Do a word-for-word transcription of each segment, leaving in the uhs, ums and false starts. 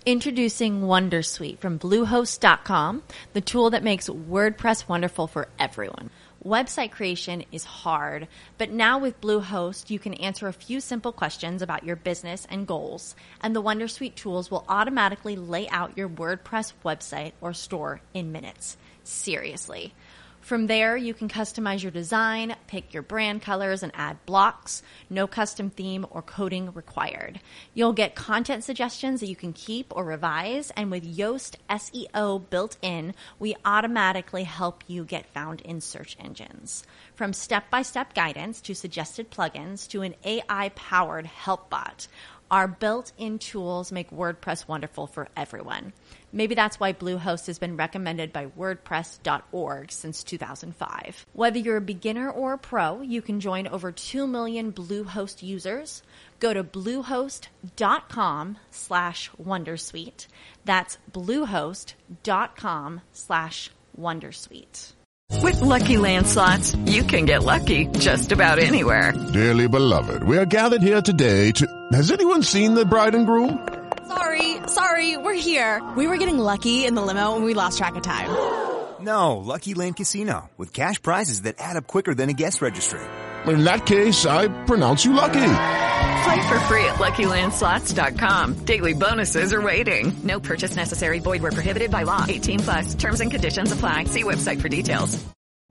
Introducing Wondersuite from Bluehost dot com, the tool that makes WordPress wonderful for everyone. Website creation is hard, but now with Bluehost, you can answer a few simple questions about your business and goals, and the Wondersuite tools will automatically lay out your WordPress website or store in minutes. Seriously. From there, you can customize your design, pick your brand colors, and add blocks. No custom theme or coding required. You'll get content suggestions that you can keep or revise, and with Yoast S E O built in, we automatically help you get found in search engines. From step-by-step guidance to suggested plugins to an A I-powered help bot, our built-in tools make WordPress wonderful for everyone. Maybe that's why Bluehost has been recommended by WordPress dot org since two thousand five. Whether you're a beginner or a pro, you can join over two million Bluehost users. Go to bluehost.com slash Wondersuite. That's bluehost.com slash Wondersuite. With Lucky Land Slots, you can get lucky just about anywhere. Dearly beloved, we are gathered here today to... Has anyone seen the bride and groom? Sorry, sorry, we're here. We were getting lucky in the limo and we lost track of time. No, Lucky Land Casino, with cash prizes that add up quicker than a guest registry. In that case, I pronounce you lucky. Play for free at lucky land slots dot com. Daily bonuses are waiting. No purchase necessary. Void where prohibited by law. eighteen plus. Terms and conditions apply. See website for details.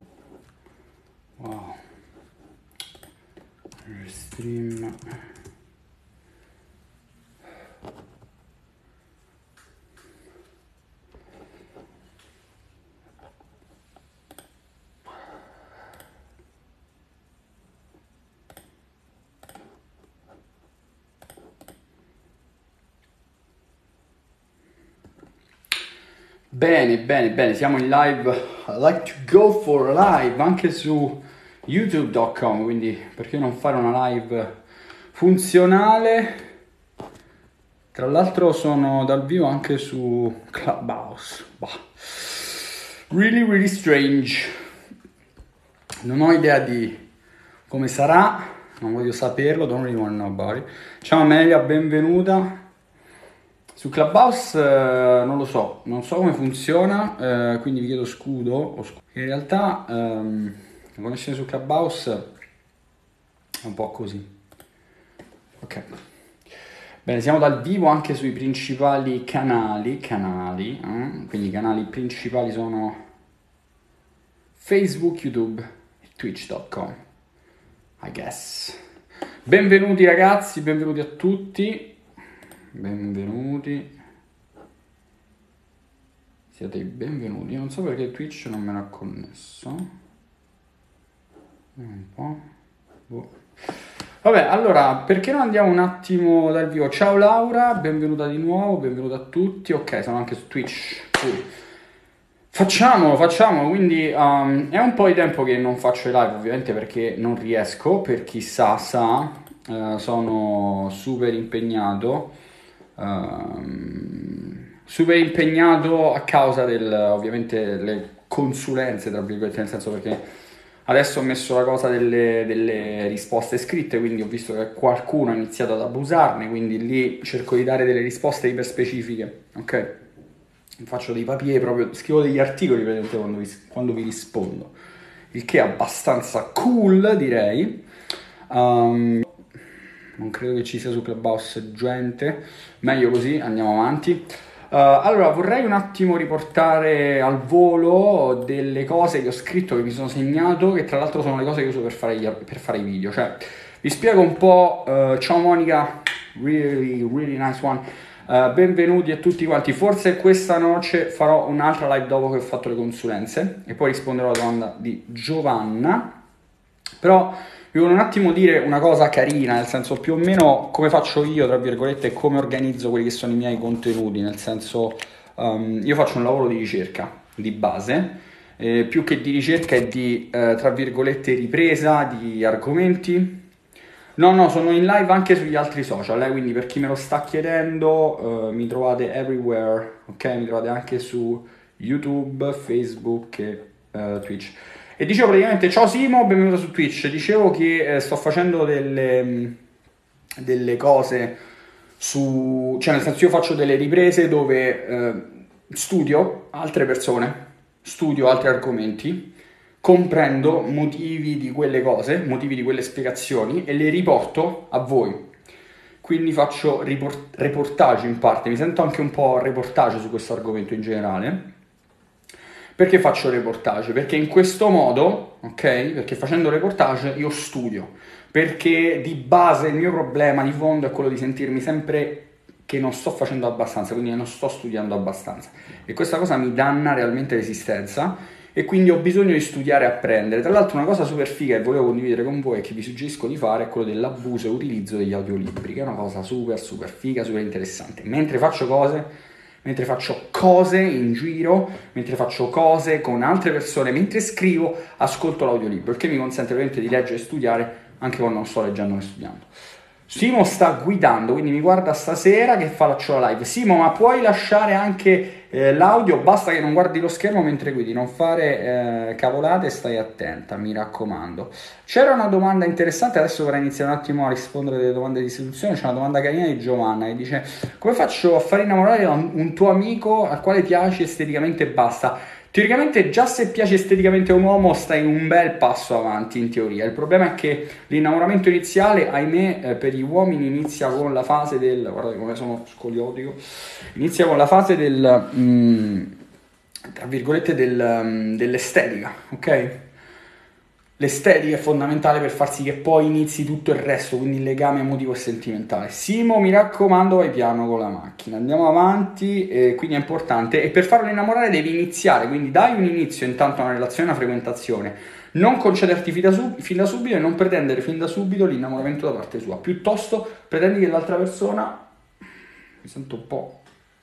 Wow. Stream. Bene, bene, bene, siamo in live. I like to go for a live anche su YouTube punto com, quindi perché non fare una live funzionale? Tra l'altro sono dal vivo anche su Clubhouse. Bah. Really, really strange. Non ho idea di come sarà, non voglio saperlo, don't really want to know about it. Ciao Amelia, benvenuta. Su Clubhouse eh, non lo so, non so come funziona, eh, quindi vi chiedo scudo. O scudo. In realtà ehm, la connessione su Clubhouse è un po' così. Ok. Bene, siamo dal vivo anche sui principali canali, canali, eh? Quindi i canali principali sono Facebook, YouTube e Twitch punto com, I guess. Benvenuti ragazzi, benvenuti a tutti. Benvenuti, siete i benvenuti. Non so perché Twitch non me l'ha connesso. Un po'. Boh. Vabbè, allora, perché non andiamo un attimo dal vivo? Ciao Laura, benvenuta di nuovo, benvenuta a tutti. Ok, sono anche su Twitch. Uh. Facciamolo, facciamolo. Quindi um, è un po' di tempo che non faccio i live, ovviamente perché non riesco. Per chi sa, sa, uh, sono super impegnato. Uh, super impegnato a causa del, ovviamente, le consulenze, tra virgolette, nel senso perché adesso ho messo la cosa delle, delle risposte scritte, quindi ho visto che qualcuno ha iniziato ad abusarne, quindi lì cerco di dare delle risposte iper specifiche, ok? Faccio dei papier, proprio scrivo degli articoli quando vi, quando vi rispondo, il che è abbastanza cool, direi. um, Non credo che ci sia su Clubhouse gente. Meglio così, andiamo avanti. Uh, allora, vorrei un attimo riportare al volo delle cose che ho scritto, che mi sono segnato, che tra l'altro sono le cose che uso per fare, gli, per fare i video. Cioè, vi spiego un po'. Uh, ciao Monica, really, really nice one. Uh, benvenuti a tutti quanti. Forse questa notte farò un'altra live dopo che ho fatto le consulenze e poi risponderò alla domanda di Giovanna. Però vi voglio un attimo dire una cosa carina, nel senso più o meno come faccio io, tra virgolette, e come organizzo quelli che sono i miei contenuti, nel senso um, io faccio un lavoro di ricerca di base, eh, più che di ricerca è di, eh, tra virgolette, ripresa di argomenti. No, no, sono in live anche sugli altri social, eh, quindi per chi me lo sta chiedendo, uh, mi trovate everywhere, ok? Mi trovate anche su YouTube, Facebook e uh, Twitch. E dicevo praticamente, ciao Simo, benvenuto su Twitch. Dicevo che eh, sto facendo delle, delle cose su, cioè nel senso io faccio delle riprese dove eh, studio altre persone, studio altri argomenti, comprendo motivi di quelle cose, motivi di quelle spiegazioni e le riporto a voi. Quindi faccio report- reportage in parte, mi sento anche un po' reportage su questo argomento in generale. Perché faccio reportage? Perché in questo modo, ok? Perché facendo reportage io studio, perché di base il mio problema di fondo è quello di sentirmi sempre che non sto facendo abbastanza, quindi non sto studiando abbastanza. E questa cosa mi danna realmente l'esistenza e quindi ho bisogno di studiare e apprendere. Tra l'altro una cosa super figa che volevo condividere con voi e che vi suggerisco di fare è quello dell'abuso e utilizzo degli audiolibri, che è una cosa super super figa, super interessante. Mentre faccio cose... mentre faccio cose in giro, mentre faccio cose con altre persone, mentre scrivo, ascolto l'audiolibro, il che mi consente veramente di leggere e studiare anche quando non sto leggendo né studiando. Simo sta guidando, quindi mi guarda stasera che faccio la live. Simo, ma puoi lasciare anche eh, l'audio? Basta che non guardi lo schermo mentre guidi, non fare eh, cavolate, stai attenta, mi raccomando. C'era una domanda interessante, adesso vorrei iniziare un attimo a rispondere delle domande di istituzione. C'è una domanda carina di Giovanna che dice: come faccio a far innamorare un, un tuo amico al quale piaci esteticamente e basta? Teoricamente già se piace esteticamente a un uomo stai un bel passo avanti in teoria. Il problema è che l'innamoramento iniziale, ahimè, eh, per gli uomini inizia con la fase del... guardate come sono scoliotico. Inizia con la fase del... Mm, tra virgolette del, um, dell'estetica, ok? L'estetica è fondamentale per far sì che poi inizi tutto il resto, quindi il legame emotivo e sentimentale. Simo, mi raccomando, vai piano con la macchina. Andiamo avanti, eh, quindi è importante. E per farlo innamorare devi iniziare, quindi dai un inizio intanto a una relazione, una frequentazione. Non concederti fin da, sub- fin da subito e non pretendere fin da subito l'innamoramento da parte sua. Piuttosto pretendi che l'altra persona... mi sento un po'...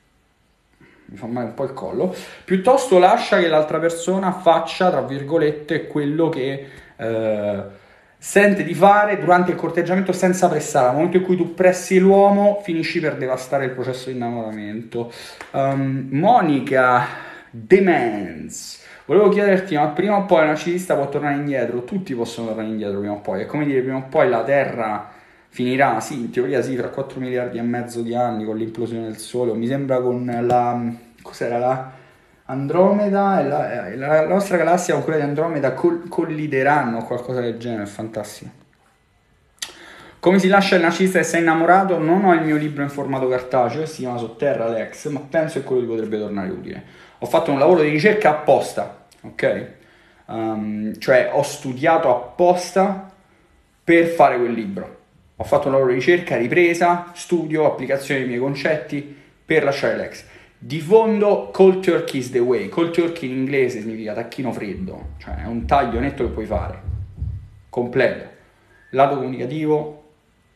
mi fa male un po' il collo. Piuttosto lascia che l'altra persona faccia, tra virgolette, quello che... Uh, sente di fare durante il corteggiamento senza pressare. Al momento in cui tu pressi l'uomo finisci per devastare il processo di innamoramento. um, Monica Demens, volevo chiederti, ma prima o poi un narcisista può tornare indietro? Tutti possono tornare indietro prima o poi, è come dire prima o poi la Terra finirà, sì, in teoria sì, fra quattro miliardi e mezzo di anni con l'implosione del Sole, o mi sembra con la... cos'era la... Andromeda e la, e la nostra galassia con quella di Andromeda col, collideranno o qualcosa del genere, è fantastico. Come si lascia il narcisista che sei innamorato? Non ho il mio libro in formato cartaceo, si chiama Sotterra Lex, ma penso che quello ti potrebbe tornare utile. Ho fatto un lavoro di ricerca apposta, ok? Um, cioè ho studiato apposta per fare quel libro. Ho fatto un lavoro di ricerca, ripresa, studio, applicazione dei miei concetti per lasciare l'ex. Di fondo, cold turkey is the way. Cold turkey in inglese significa tacchino freddo, cioè è un taglio netto che puoi fare, completo. Lato comunicativo,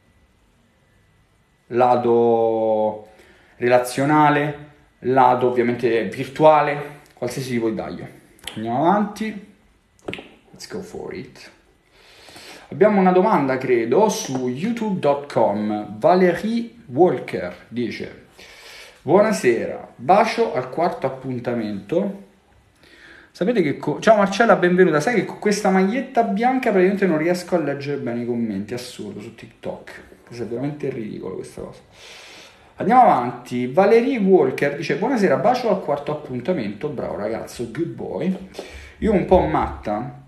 lato relazionale, lato ovviamente virtuale, qualsiasi tipo di taglio. Andiamo avanti. Let's go for it. Abbiamo una domanda, credo, su youtube punto com. Valerie Walker dice: buonasera, bacio al quarto appuntamento. Sapete che... Co- Ciao Marcella, benvenuta. Sai che con questa maglietta bianca praticamente non riesco a leggere bene i commenti, assurdo, su TikTok. Questo è veramente ridicolo, questa cosa. Andiamo avanti. Valerie Walker dice: buonasera, bacio al quarto appuntamento. Bravo ragazzo, good boy. Io un po' matta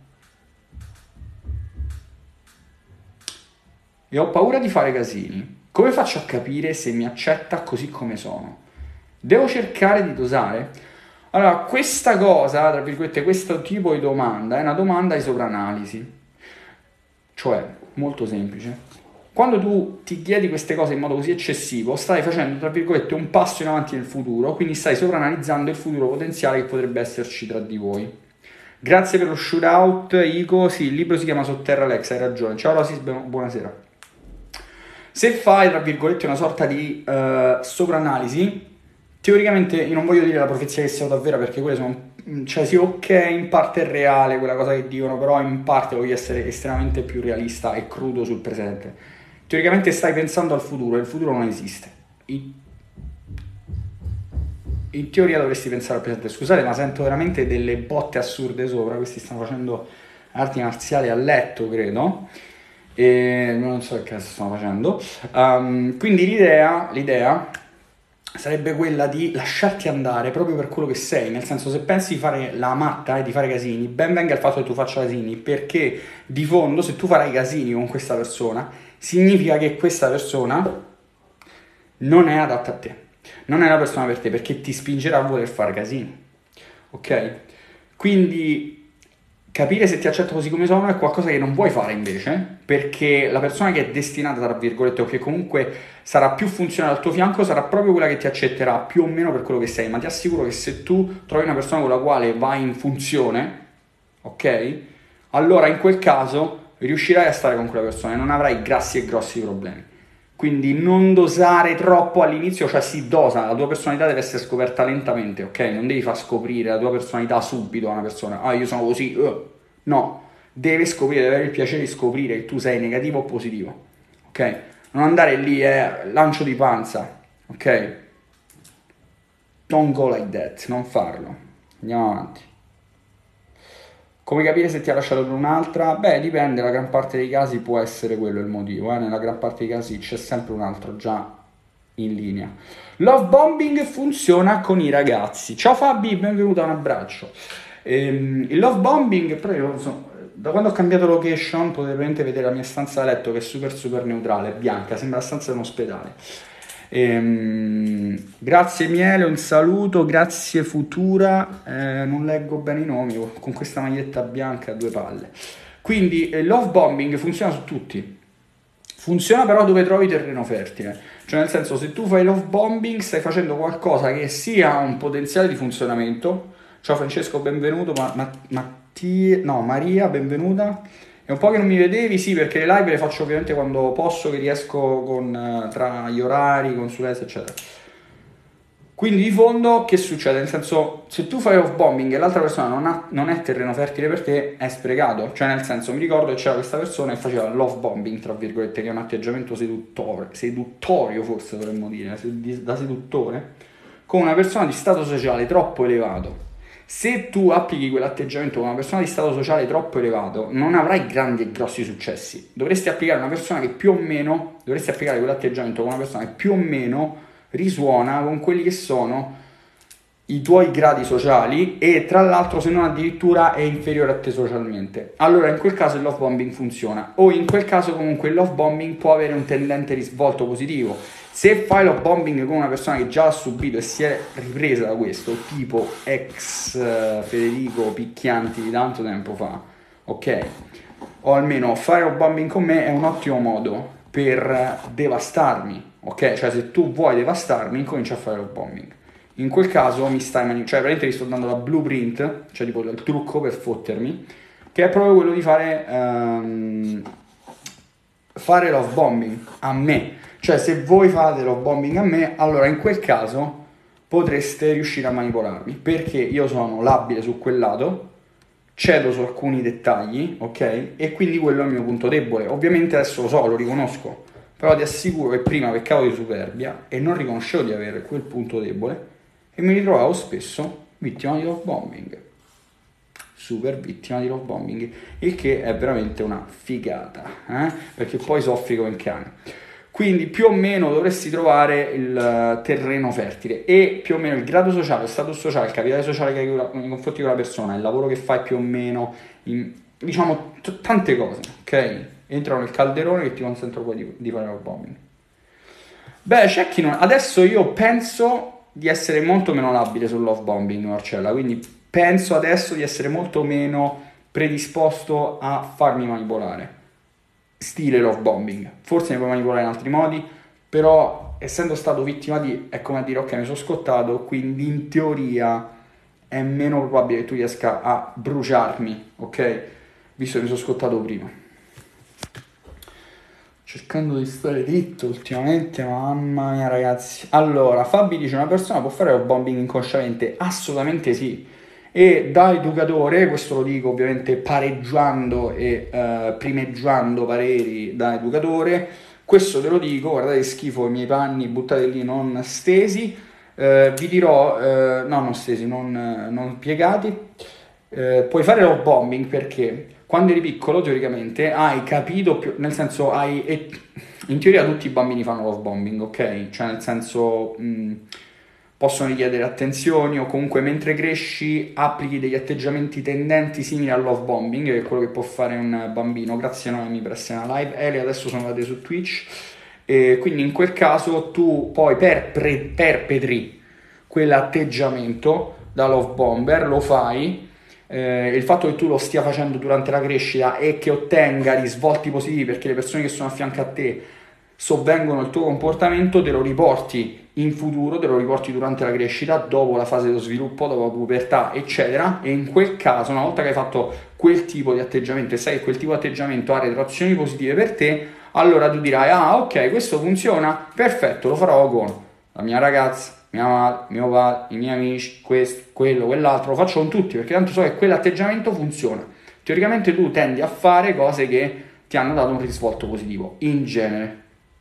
e ho paura di fare casini. Come faccio a capire se mi accetta così come sono? Devo cercare di dosare? Allora, questa cosa, tra virgolette, questo tipo di domanda è una domanda di sovranalisi. Cioè, molto semplice. Quando tu ti chiedi queste cose in modo così eccessivo, stai facendo, tra virgolette, un passo in avanti nel futuro, quindi stai sovranalizzando il futuro potenziale che potrebbe esserci tra di voi. Grazie per lo shootout, Ico. Sì, il libro si chiama Sotterra Lex, hai ragione. Ciao Rosis, buonasera. Se fai, tra virgolette, una sorta di uh, sovranalisi, teoricamente, io non voglio dire la profezia che sia davvero, perché quelle sono, cioè sì, ok, in parte è reale quella cosa che dicono, però in parte voglio essere estremamente più realista e crudo sul presente. Teoricamente stai pensando al futuro e il futuro non esiste. In, in teoria dovresti pensare al presente. Scusate, ma sento veramente delle botte assurde sopra. Questi stanno facendo arti marziali a letto, credo. e non so che cazzo sto facendo. Um, quindi l'idea, l'idea sarebbe quella di lasciarti andare proprio per quello che sei, nel senso, se pensi di fare la matta e di fare casini, ben venga il fatto che tu faccia casini, perché di fondo se tu farai casini con questa persona significa che questa persona non è adatta a te, non è la persona per te, perché ti spingerà a voler fare casini, ok? Quindi capire se ti accetto così come sono è qualcosa che non puoi fare invece, perché la persona che è destinata, tra virgolette, o che comunque sarà più funzionale al tuo fianco, sarà proprio quella che ti accetterà più o meno per quello che sei. Ma ti assicuro che se tu trovi una persona con la quale vai in funzione, ok? Allora in quel caso riuscirai a stare con quella persona e non avrai grassi e grossi problemi. Quindi non dosare troppo all'inizio, cioè si dosa, la tua personalità deve essere scoperta lentamente, ok? Non devi far scoprire la tua personalità subito a una persona, ah io sono così, uh. no, deve scoprire, deve avere il piacere di scoprire che tu sei negativo o positivo, ok? Non andare lì, eh, lancio di panza, ok? Don't go like that, non farlo. Andiamo avanti. Come capire se ti ha lasciato per un'altra? Beh, dipende, la gran parte dei casi può essere quello il motivo, eh? Nella gran parte dei casi c'è sempre un altro già in linea. Love bombing funziona con i ragazzi. Ciao Fabi, benvenuta, un abbraccio. Ehm, il love bombing, però io so, da quando ho cambiato location potete veramente vedere la mia stanza da letto che è super super neutrale, bianca, sembra la stanza di un ospedale. Ehm, grazie Miele, un saluto, grazie Futura, eh, non leggo bene i nomi, con questa maglietta bianca a due palle. Quindi il love bombing funziona su tutti, funziona però dove trovi terreno fertile, cioè nel senso, se tu fai love bombing stai facendo qualcosa che sia un potenziale di funzionamento. Ciao Francesco, benvenuto, ma, ma, Mattia, no, Maria, benvenuta. È un po' che non mi vedevi, sì, perché le live le faccio ovviamente quando posso, che riesco con, tra gli orari, consulenze, eccetera. Quindi di fondo che succede? Nel senso, se tu fai love bombing e l'altra persona non, ha, non è terreno fertile per te, è sprecato. Cioè nel senso, mi ricordo che c'era questa persona che faceva love bombing, tra virgolette, che è un atteggiamento seduttore, seduttorio forse dovremmo dire, da seduttore, con una persona di stato sociale troppo elevato. Se tu applichi quell'atteggiamento con una persona di stato sociale troppo elevato, non avrai grandi e grossi successi. Dovresti applicare una persona che più o meno, dovresti applicare quell'atteggiamento con una persona che più o meno risuona con quelli che sono i tuoi gradi sociali e tra l'altro se non addirittura è inferiore a te socialmente. Allora in quel caso il love bombing funziona, o in quel caso comunque il love bombing può avere un tendente risvolto positivo. Se fai love bombing con una persona che già ha subito e si è ripresa da questo, tipo ex uh, Federico Picchianti di tanto tempo fa, ok? O almeno fare love bombing con me è un ottimo modo per devastarmi, ok? Cioè se tu vuoi devastarmi, comincia a fare love bombing. In quel caso mi stai mani- cioè veramente ti sto dando la blueprint, cioè tipo il trucco per fottermi, che è proprio quello di fare um, fare love bombing a me. Cioè se voi fate love bombing a me, allora in quel caso potreste riuscire a manipolarmi, perché io sono labile su quel lato, cedo su alcuni dettagli, ok? E quindi quello è il mio punto debole. Ovviamente adesso lo so, lo riconosco, però ti assicuro che prima peccavo di superbia e non riconoscevo di avere quel punto debole e mi ritrovavo spesso vittima di love bombing. Super vittima di love bombing, il che è veramente una figata, eh? Perché poi soffri come un cane. Quindi più o meno dovresti trovare il terreno fertile e più o meno il grado sociale, lo status sociale, il capitale sociale che hai nei confronti di quella persona, il lavoro che fai più o meno, in, diciamo t- tante cose, ok? Entrano nel calderone che ti consentono poi di, di fare love bombing. Beh, c'è chi non... Adesso io penso di essere molto meno labile sul love bombing, Marcella, quindi penso adesso di essere molto meno predisposto a farmi manipolare. Stile love bombing, forse mi puoi manipolare in altri modi, però essendo stato vittima di, è come a dire ok mi sono scottato, quindi in teoria è meno probabile che tu riesca a bruciarmi, ok? Visto che mi sono scottato prima. Cercando di stare dritto ultimamente, mamma mia ragazzi. Allora, Fabi dice una persona può fare love bombing inconsciamente? Assolutamente sì. E da educatore, questo lo dico ovviamente pareggiando e uh, primeggiando pareri da educatore, questo te lo dico, guardate schifo i miei panni buttati lì non stesi, uh, vi dirò, uh, no non stesi, non, non piegati, uh, puoi fare love bombing perché quando eri piccolo teoricamente hai capito più, nel senso hai, e, in teoria tutti i bambini fanno love bombing, ok? Cioè nel senso mh, possono richiedere attenzioni, o comunque mentre cresci applichi degli atteggiamenti tendenti simili al love bombing, che è quello che può fare un bambino. Grazie Noemi per essere una live. Eli, adesso sono andate su Twitch, e quindi in quel caso tu poi per pre- perpetri quell'atteggiamento da love bomber, lo fai. Eh, il fatto che tu lo stia facendo durante la crescita e che ottenga risvolti positivi perché le persone che sono a fianco a te sovvengono il tuo comportamento, te lo riporti in futuro, te lo riporti durante la crescita, dopo la fase dello sviluppo, dopo la pubertà, eccetera. E in quel caso, una volta che hai fatto quel tipo di atteggiamento e sai che quel tipo di atteggiamento ha retroazioni positive per te, allora tu dirai: ah, ok, questo funziona, perfetto, lo farò con la mia ragazza, mia madre, mio padre, i miei amici, questo, quello, quell'altro, lo faccio con tutti perché tanto so che quell'atteggiamento funziona. Teoricamente tu tendi a fare cose che ti hanno dato un risvolto positivo, in genere.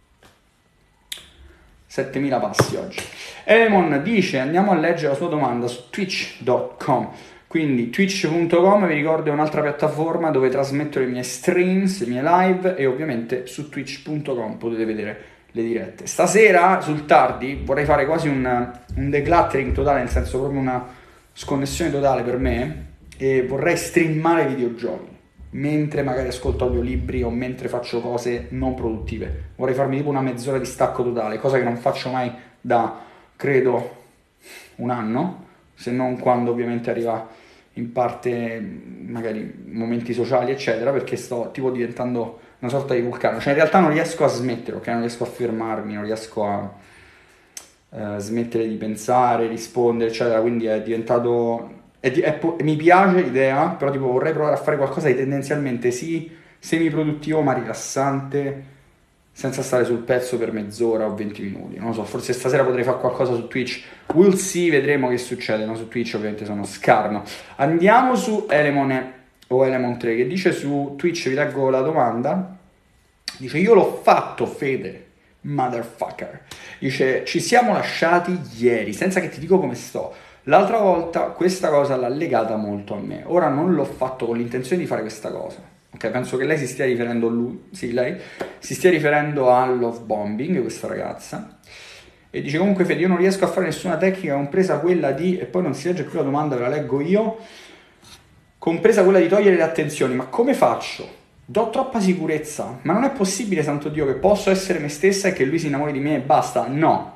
settemila passi oggi. Elemon dice: andiamo a leggere la sua domanda su twitch punto com. Quindi twitch punto com, vi ricordo, è un'altra piattaforma dove trasmetto le mie streams, le mie live, e ovviamente su twitch punto com potete vedere le dirette. Stasera sul tardi vorrei fare quasi un, un decluttering totale, nel senso proprio una sconnessione totale per me, e vorrei streamare videogiochi mentre magari ascolto audiolibri o mentre faccio cose non produttive. Vorrei farmi tipo una mezz'ora di stacco totale, cosa che non faccio mai da, credo, un anno, se non quando ovviamente arriva in parte magari momenti sociali eccetera, perché sto tipo diventando una sorta di vulcano. Cioè in realtà non riesco a smettere, ok? Non riesco a fermarmi, non riesco a eh, smettere di pensare, rispondere eccetera, quindi è diventato... È, è, è, mi piace l'idea, però tipo vorrei provare a fare qualcosa di tendenzialmente sì, semiproduttivo ma rilassante, senza stare sul pezzo per mezz'ora o venti minuti. Non lo so, forse stasera potrei fare qualcosa su Twitch, we'll see, vedremo che succede. No, su Twitch ovviamente sono scarno. Andiamo su Elemone o Elemon tre, che dice su Twitch, vi leggo la domanda, dice: io l'ho fatto, Fede, motherfucker. Dice: ci siamo lasciati ieri, senza che ti dico come sto. L'altra volta questa cosa l'ha legata molto a me. Ora non l'ho fatto con l'intenzione di fare questa cosa. Ok, penso che lei si stia riferendo a lui. Sì, lei si stia riferendo al love bombing, questa ragazza. E dice: comunque Fede, io non riesco a fare nessuna tecnica, compresa quella di... E poi non si legge più la domanda, ve la leggo io. Compresa quella di togliere le attenzioni. Ma come faccio? Do troppa sicurezza. Ma non è possibile, santo Dio, che posso essere me stessa e che lui si innamori di me e basta. No.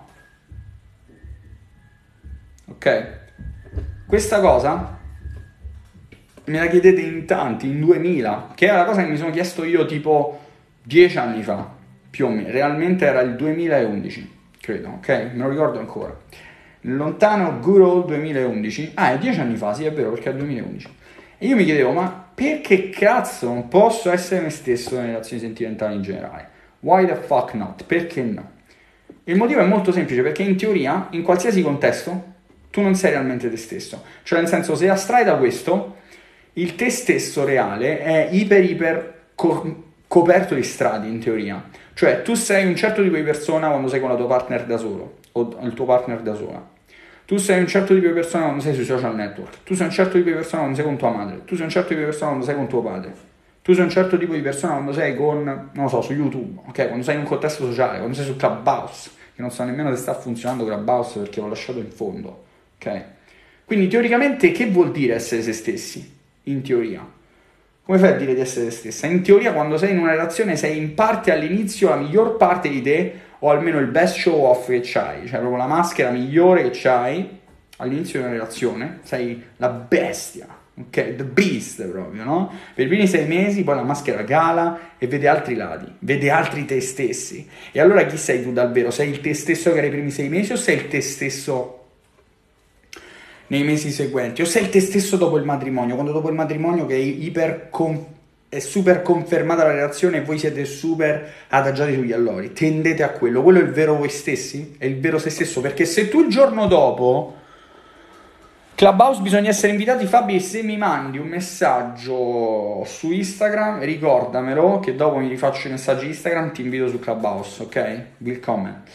Ok? Questa cosa me la chiedete in tanti, in duemila, che è la cosa che mi sono chiesto io tipo dieci anni fa, più o meno. Realmente era il duemilaundici, credo, ok? Me lo ricordo ancora. Nel lontano good old duemilaundici. Ah, è dieci anni fa, sì, è vero, perché è il duemilaundici. E io mi chiedevo: ma perché cazzo non posso essere me stesso nelle relazioni sentimentali in generale? Why the fuck not? Perché no? Il motivo è molto semplice, perché in teoria, in qualsiasi contesto, tu non sei realmente te stesso. Cioè, nel senso, se astrai da questo, il te stesso reale è iper iper co- coperto di strati, in teoria. Cioè, tu sei un certo tipo di persona quando sei con la tua partner da solo, o il tuo partner da sola. Tu sei un certo tipo di persona quando sei sui social network. Tu sei un certo tipo di persona quando sei con tua madre. Tu sei un certo tipo di persona quando sei con tuo padre. Tu sei un certo tipo di persona quando sei con, non lo so, su YouTube, ok? Quando sei in un contesto sociale, quando sei su Clubhouse, che non so nemmeno se sta funzionando Clubhouse perché l'ho lasciato in fondo. Ok? Quindi teoricamente che vuol dire essere se stessi? In teoria. Come fai a dire di essere te stessa? In teoria quando sei in una relazione sei in parte all'inizio la miglior parte di te, o almeno il best show off che c'hai, cioè proprio la maschera migliore che c'hai all'inizio di una relazione, sei la bestia, ok? The beast proprio, no? Per i primi sei mesi poi la maschera cala e vede altri lati, vede altri te stessi. E allora chi sei tu davvero? Sei il te stesso che era i primi sei mesi o sei il te stesso nei mesi seguenti, o sei il te stesso dopo il matrimonio, quando dopo il matrimonio che è iper con... è super confermata la relazione e voi siete super adagiati sugli allori, tendete a quello, quello è il vero voi stessi? È il vero se stesso? Perché se tu il giorno dopo Clubhouse bisogna essere invitati, Fabi, se mi mandi un messaggio su Instagram ricordamelo che dopo mi rifaccio i messaggi Instagram, ti invito su Clubhouse, ok? Willkommen.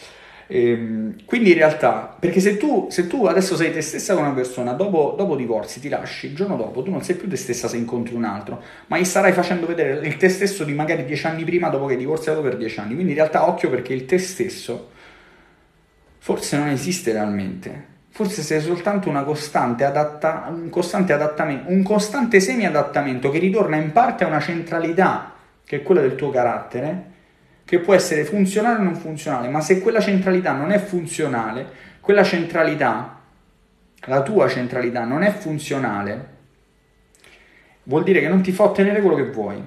E, quindi in realtà, perché se tu, se tu adesso sei te stessa con una persona, dopo, dopo divorzi, ti lasci, il giorno dopo tu non sei più te stessa se incontri un altro, ma gli starai facendo vedere il te stesso di magari dieci anni prima dopo che hai divorziato per dieci anni. Quindi in realtà occhio, perché il te stesso forse non esiste realmente, forse sei soltanto una costante adatta, un costante adattamento, un costante semi-adattamento che ritorna in parte a una centralità che è quella del tuo carattere, che può essere funzionale o non funzionale, ma se quella centralità non è funzionale, quella centralità, la tua centralità non è funzionale, vuol dire che non ti fa ottenere quello che vuoi.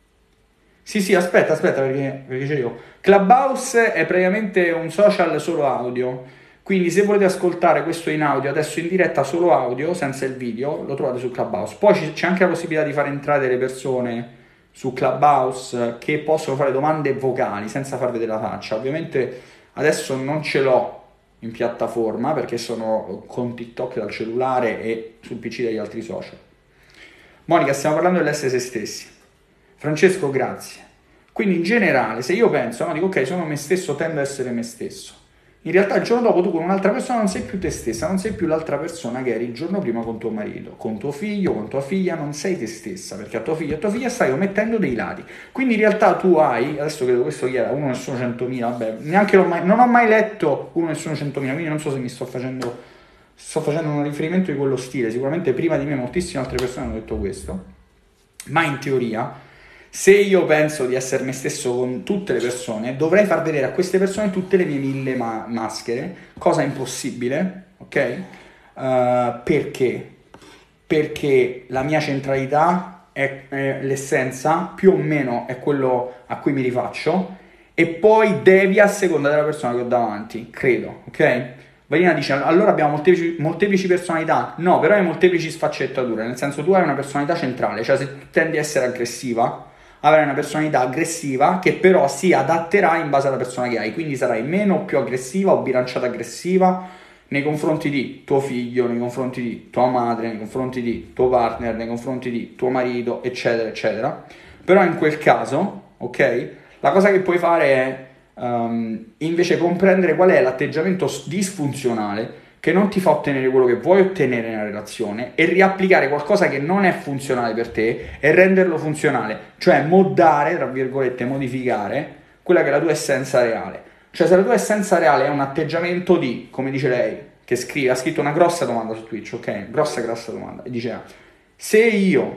Sì, sì, aspetta, aspetta, perché, perché c'è io. Clubhouse è praticamente un social solo audio, quindi se volete ascoltare questo in audio, adesso in diretta solo audio, senza il video, lo trovate su Clubhouse. Poi c'è anche la possibilità di far entrare delle persone su Clubhouse che possono fare domande vocali senza far vedere la faccia. Ovviamente adesso non ce l'ho in piattaforma perché sono con TikTok dal cellulare e sul P C degli altri social. Monica, stiamo parlando dell'essere se stessi. Francesco, grazie. Quindi in generale, se io penso, no, dico ok, sono me stesso, tendo a essere me stesso, in realtà il giorno dopo tu con un'altra persona non sei più te stessa, non sei più l'altra persona che eri il giorno prima con tuo marito, con tuo figlio, con tua figlia, non sei te stessa, perché a tuo figlio e a tua figlia stai omettendo dei lati. Quindi in realtà tu hai, adesso credo questo chi era, uno nessuno centomila, vabbè, neanche l'ho mai, non ho mai letto uno nessuno centomila, quindi non so se mi sto facendo, sto facendo un riferimento di quello stile, sicuramente prima di me moltissime altre persone hanno detto questo, ma in teoria, se io penso di essere me stesso con tutte le persone, dovrei far vedere a queste persone tutte le mie mille ma- maschere, cosa impossibile, ok? Uh, perché? Perché la mia centralità è, è l'essenza, più o meno è quello a cui mi rifaccio, e poi devia a seconda della persona che ho davanti, credo, ok? Valina dice, allora abbiamo molteplici, molteplici personalità? No, però hai molteplici sfaccettature, nel senso tu hai una personalità centrale, cioè se tu tendi a essere aggressiva, avrai una personalità aggressiva che però si adatterà in base alla persona che hai, quindi sarai meno o più aggressiva o bilanciata aggressiva nei confronti di tuo figlio, nei confronti di tua madre, nei confronti di tuo partner, nei confronti di tuo marito, eccetera, eccetera. Però in quel caso, ok, la cosa che puoi fare è um, invece comprendere qual è l'atteggiamento disfunzionale che non ti fa ottenere quello che vuoi ottenere nella relazione e riapplicare qualcosa che non è funzionale per te e renderlo funzionale, cioè moddare, tra virgolette, modificare quella che è la tua essenza reale. Cioè se la tua essenza reale è un atteggiamento di, come dice lei, che scrive, ha scritto una grossa domanda su Twitch, ok? Grossa, grossa domanda, e diceva, se io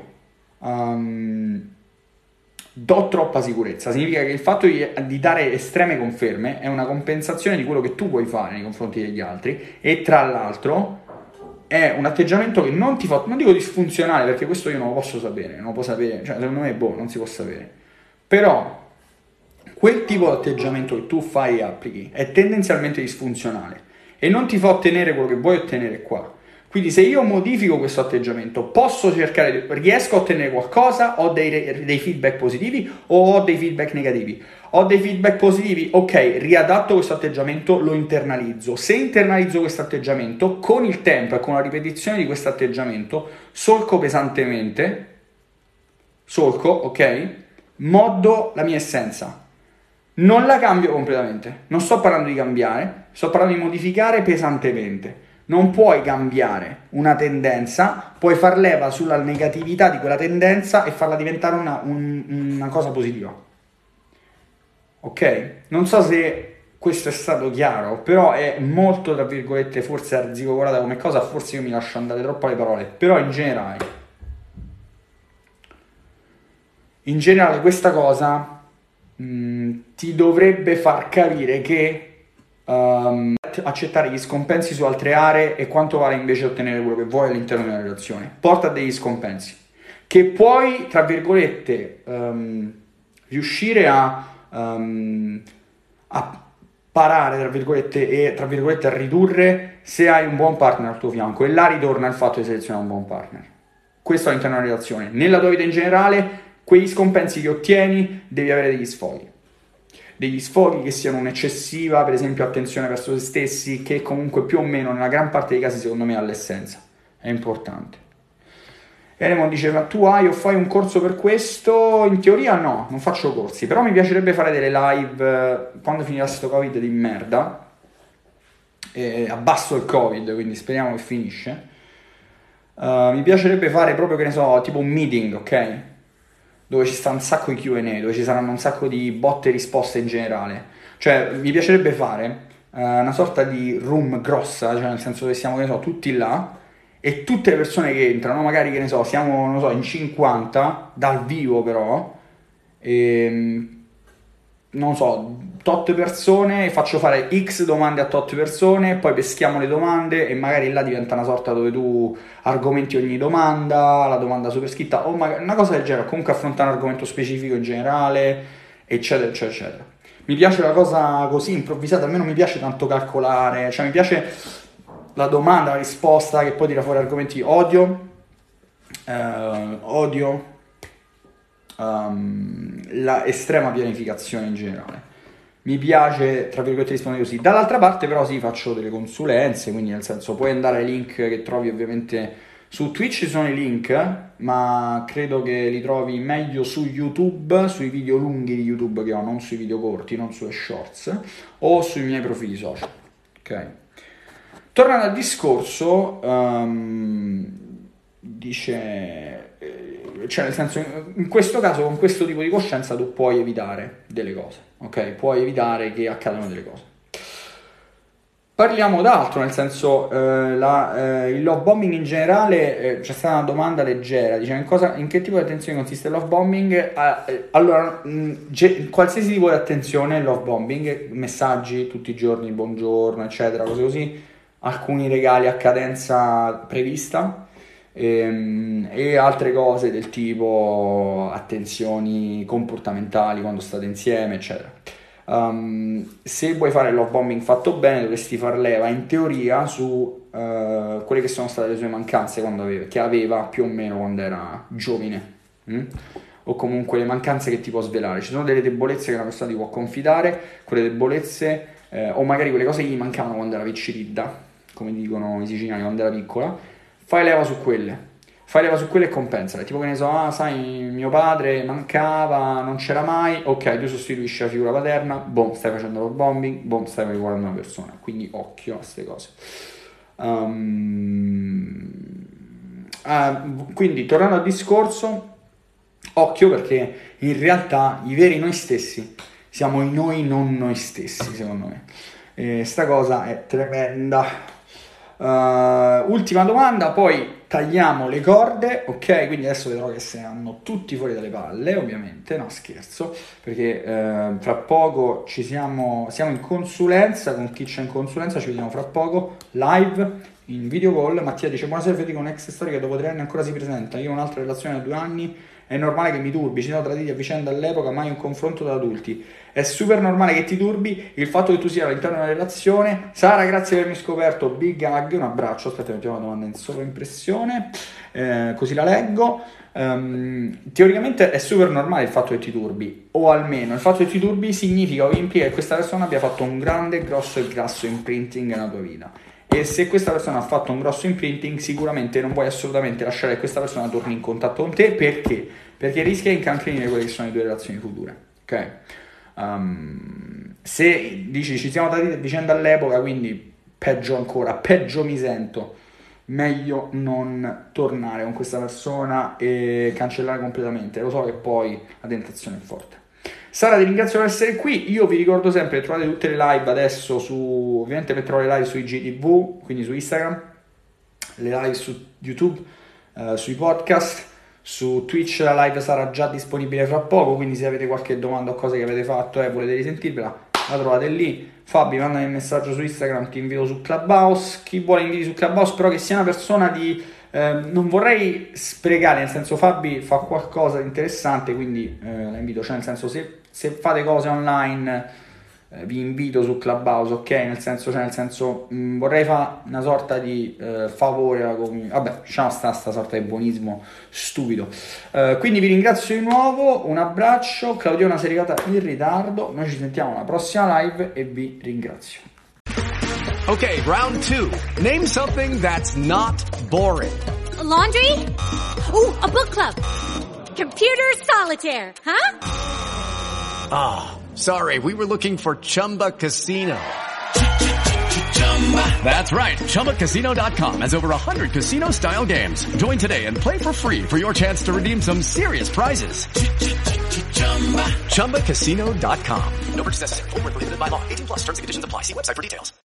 um, do troppa sicurezza, significa che il fatto di, di dare estreme conferme è una compensazione di quello che tu puoi fare nei confronti degli altri, e tra l'altro è un atteggiamento che non ti fa, non dico disfunzionale perché questo io non lo posso sapere, non lo può sapere, cioè secondo me boh, non si può sapere, però quel tipo di atteggiamento che tu fai e applichi è tendenzialmente disfunzionale e non ti fa ottenere quello che vuoi ottenere qua. Quindi se io modifico questo atteggiamento, posso cercare, di, riesco a ottenere qualcosa, ho dei, dei feedback positivi o ho dei feedback negativi. Ho dei feedback positivi, ok, riadatto questo atteggiamento, lo internalizzo. Se internalizzo questo atteggiamento, con il tempo e con la ripetizione di questo atteggiamento, solco pesantemente, solco, ok, moddo la mia essenza. Non la cambio completamente, non sto parlando di cambiare, sto parlando di modificare pesantemente. Non puoi cambiare una tendenza, puoi far leva sulla negatività di quella tendenza e farla diventare una, un, una cosa positiva. Ok? Non so se questo è stato chiaro, però è molto, tra virgolette, forse arzigogolata come cosa, forse io mi lascio andare troppo alle parole, però in generale, in generale questa cosa mh, ti dovrebbe far capire che Um, accettare gli scompensi su altre aree e quanto vale invece ottenere quello che vuoi all'interno di una relazione. Porta degli scompensi che puoi, tra virgolette, um, riuscire a, um, a parare, tra virgolette, e tra virgolette a ridurre se hai un buon partner al tuo fianco, e là ritorna il fatto di selezionare un buon partner. Questo all'interno di una relazione. Nella tua vita in generale, quegli scompensi che ottieni devi avere degli sfoghi. Degli sfoghi che siano un'eccessiva, per esempio, attenzione verso se stessi, che comunque più o meno nella gran parte dei casi secondo me all'essenza è importante. Eremon dice, ma tu hai o fai un corso per questo? In teoria no, non faccio corsi, però mi piacerebbe fare delle live quando finirà sto covid di merda, e abbasso il Covid, quindi speriamo che finisce. Uh, mi piacerebbe fare proprio, che ne so, tipo un meeting, ok? Dove ci sta un sacco di Q and A, dove ci saranno un sacco di botte e risposte in generale. Cioè, mi piacerebbe fare uh, una sorta di room grossa, cioè nel senso che siamo, che ne so, tutti là, e tutte le persone che entrano, magari, che ne so, siamo, non so, in cinquanta, dal vivo però, e non so, tot persone, faccio fare X domande a tot persone, poi peschiamo le domande e magari là diventa una sorta dove tu argomenti ogni domanda, la domanda super scritta, o magari una cosa del genere, comunque affrontare un argomento specifico in generale, eccetera, eccetera, eccetera. Mi piace la cosa così improvvisata, a me non mi piace tanto calcolare, cioè mi piace la domanda, la risposta, che poi tira fuori argomenti. Odio, eh, odio um, la estrema pianificazione in generale. Mi piace, tra virgolette, rispondere così. Dall'altra parte però sì, faccio delle consulenze, quindi nel senso puoi andare ai link che trovi ovviamente su Twitch, ci sono i link, ma credo che li trovi meglio su YouTube, sui video lunghi di YouTube che ho, non sui video corti, non sulle shorts, o sui miei profili social. Ok. Tornando al discorso, um, dice, cioè nel senso, in questo caso con questo tipo di coscienza tu puoi evitare delle cose, ok? Puoi evitare che accadano delle cose. Parliamo d'altro, nel senso, eh, la, eh, il love bombing in generale, eh, c'è stata una domanda leggera, diciamo, in, cosa, in che tipo di attenzione consiste il love bombing? Eh, allora, mh, ge- qualsiasi tipo di attenzione, il love bombing, messaggi tutti i giorni, buongiorno, eccetera, cose così, alcuni regali a cadenza prevista, ehm, e altre cose del tipo attenzioni comportamentali quando state insieme, eccetera. Um, se vuoi fare il love bombing fatto bene, dovresti far leva in teoria su uh, quelle che sono state le sue mancanze quando aveva, che aveva più o meno quando era giovane, mm? o comunque le mancanze che ti può svelare. Ci sono delle debolezze che una persona ti può confidare, quelle debolezze eh, o magari quelle cose che gli mancavano quando era picciridda, come dicono i siciliani, quando era piccola. Fai leva su quelle. Fai leva su quelle e compensale, tipo che ne so, ah sai, mio padre mancava, non c'era mai, ok, tu sostituisci la figura paterna, boom, stai facendo love bombing, boom, stai manipolando una persona, quindi occhio a queste cose. Um, uh, quindi, tornando al discorso, occhio, perché in realtà i veri noi stessi siamo i noi non noi stessi, secondo me. E sta cosa è tremenda. Uh, ultima domanda, poi tagliamo le corde, ok? Quindi adesso vedrò che se hanno tutti fuori dalle palle, ovviamente, no scherzo, perché uh, fra poco ci siamo, siamo in consulenza, con chi c'è in consulenza ci vediamo fra poco, live, in video call. Mattia dice, buonasera Federico, un ex storica dopo tre anni ancora si presenta, io ho un'altra relazione da due anni, è normale che mi turbi, ci siamo traditi a vicenda all'epoca, mai un confronto da adulti. È super normale che ti turbi il fatto che tu sia all'interno di una relazione. Sara, grazie per avermi scoperto, big hug, un abbraccio. Aspetta, mettiamo una domanda in sovraimpressione, eh, così la leggo. Um, teoricamente è super normale il fatto che ti turbi, o almeno il fatto che ti turbi significa o implica che questa persona abbia fatto un grande, grosso e grasso imprinting nella tua vita. E se questa persona ha fatto un grosso imprinting, sicuramente non puoi assolutamente lasciare che questa persona torni in contatto con te. Perché? Perché rischia di incancrenire quelle che sono le tue relazioni future, ok? Um, se dici ci siamo traditi a vicenda all'epoca, quindi peggio ancora, peggio mi sento, meglio non tornare con questa persona e cancellare completamente. Lo so che poi la tentazione è forte. Sara, ti ringrazio per essere qui. Io vi ricordo sempre che trovate tutte le live adesso su, ovviamente metterò le live su I G T V, quindi su Instagram, le live su YouTube, uh, sui podcast. Su Twitch la live sarà già disponibile fra poco, quindi se avete qualche domanda o cose che avete fatto e eh, volete risentirvela, la trovate lì. Fabi, mandami un messaggio su Instagram, ti invito su Clubhouse. Chi vuole inviti su Clubhouse, però che sia una persona di... Eh, non vorrei sprecare, nel senso Fabi fa qualcosa di interessante, quindi eh, la invito, cioè nel senso se, se fate cose online... Eh, vi invito su Clubhouse, ok? Nel senso, cioè nel senso mh, vorrei fare una sorta di eh, favore alla comunità. Vabbè, lasciamo sta, sta sorta di buonismo stupido. Eh, quindi vi ringrazio di nuovo, un abbraccio. Claudiona si è arrivata in ritardo. Noi ci sentiamo alla prossima live e vi ringrazio. Ok, round two. Name something that's not boring. A laundry? Ooh, a book club. Computer solitaire, huh? Ah. Sorry, we were looking for Chumba Casino. That's right. Chumba Casino dot com has over one hundred casino-style games. Join today and play for free for your chance to redeem some serious prizes. Chumba Casino dot com. No purchase necessary. Void where prohibited by law. eighteen plus terms and conditions apply. See website for details.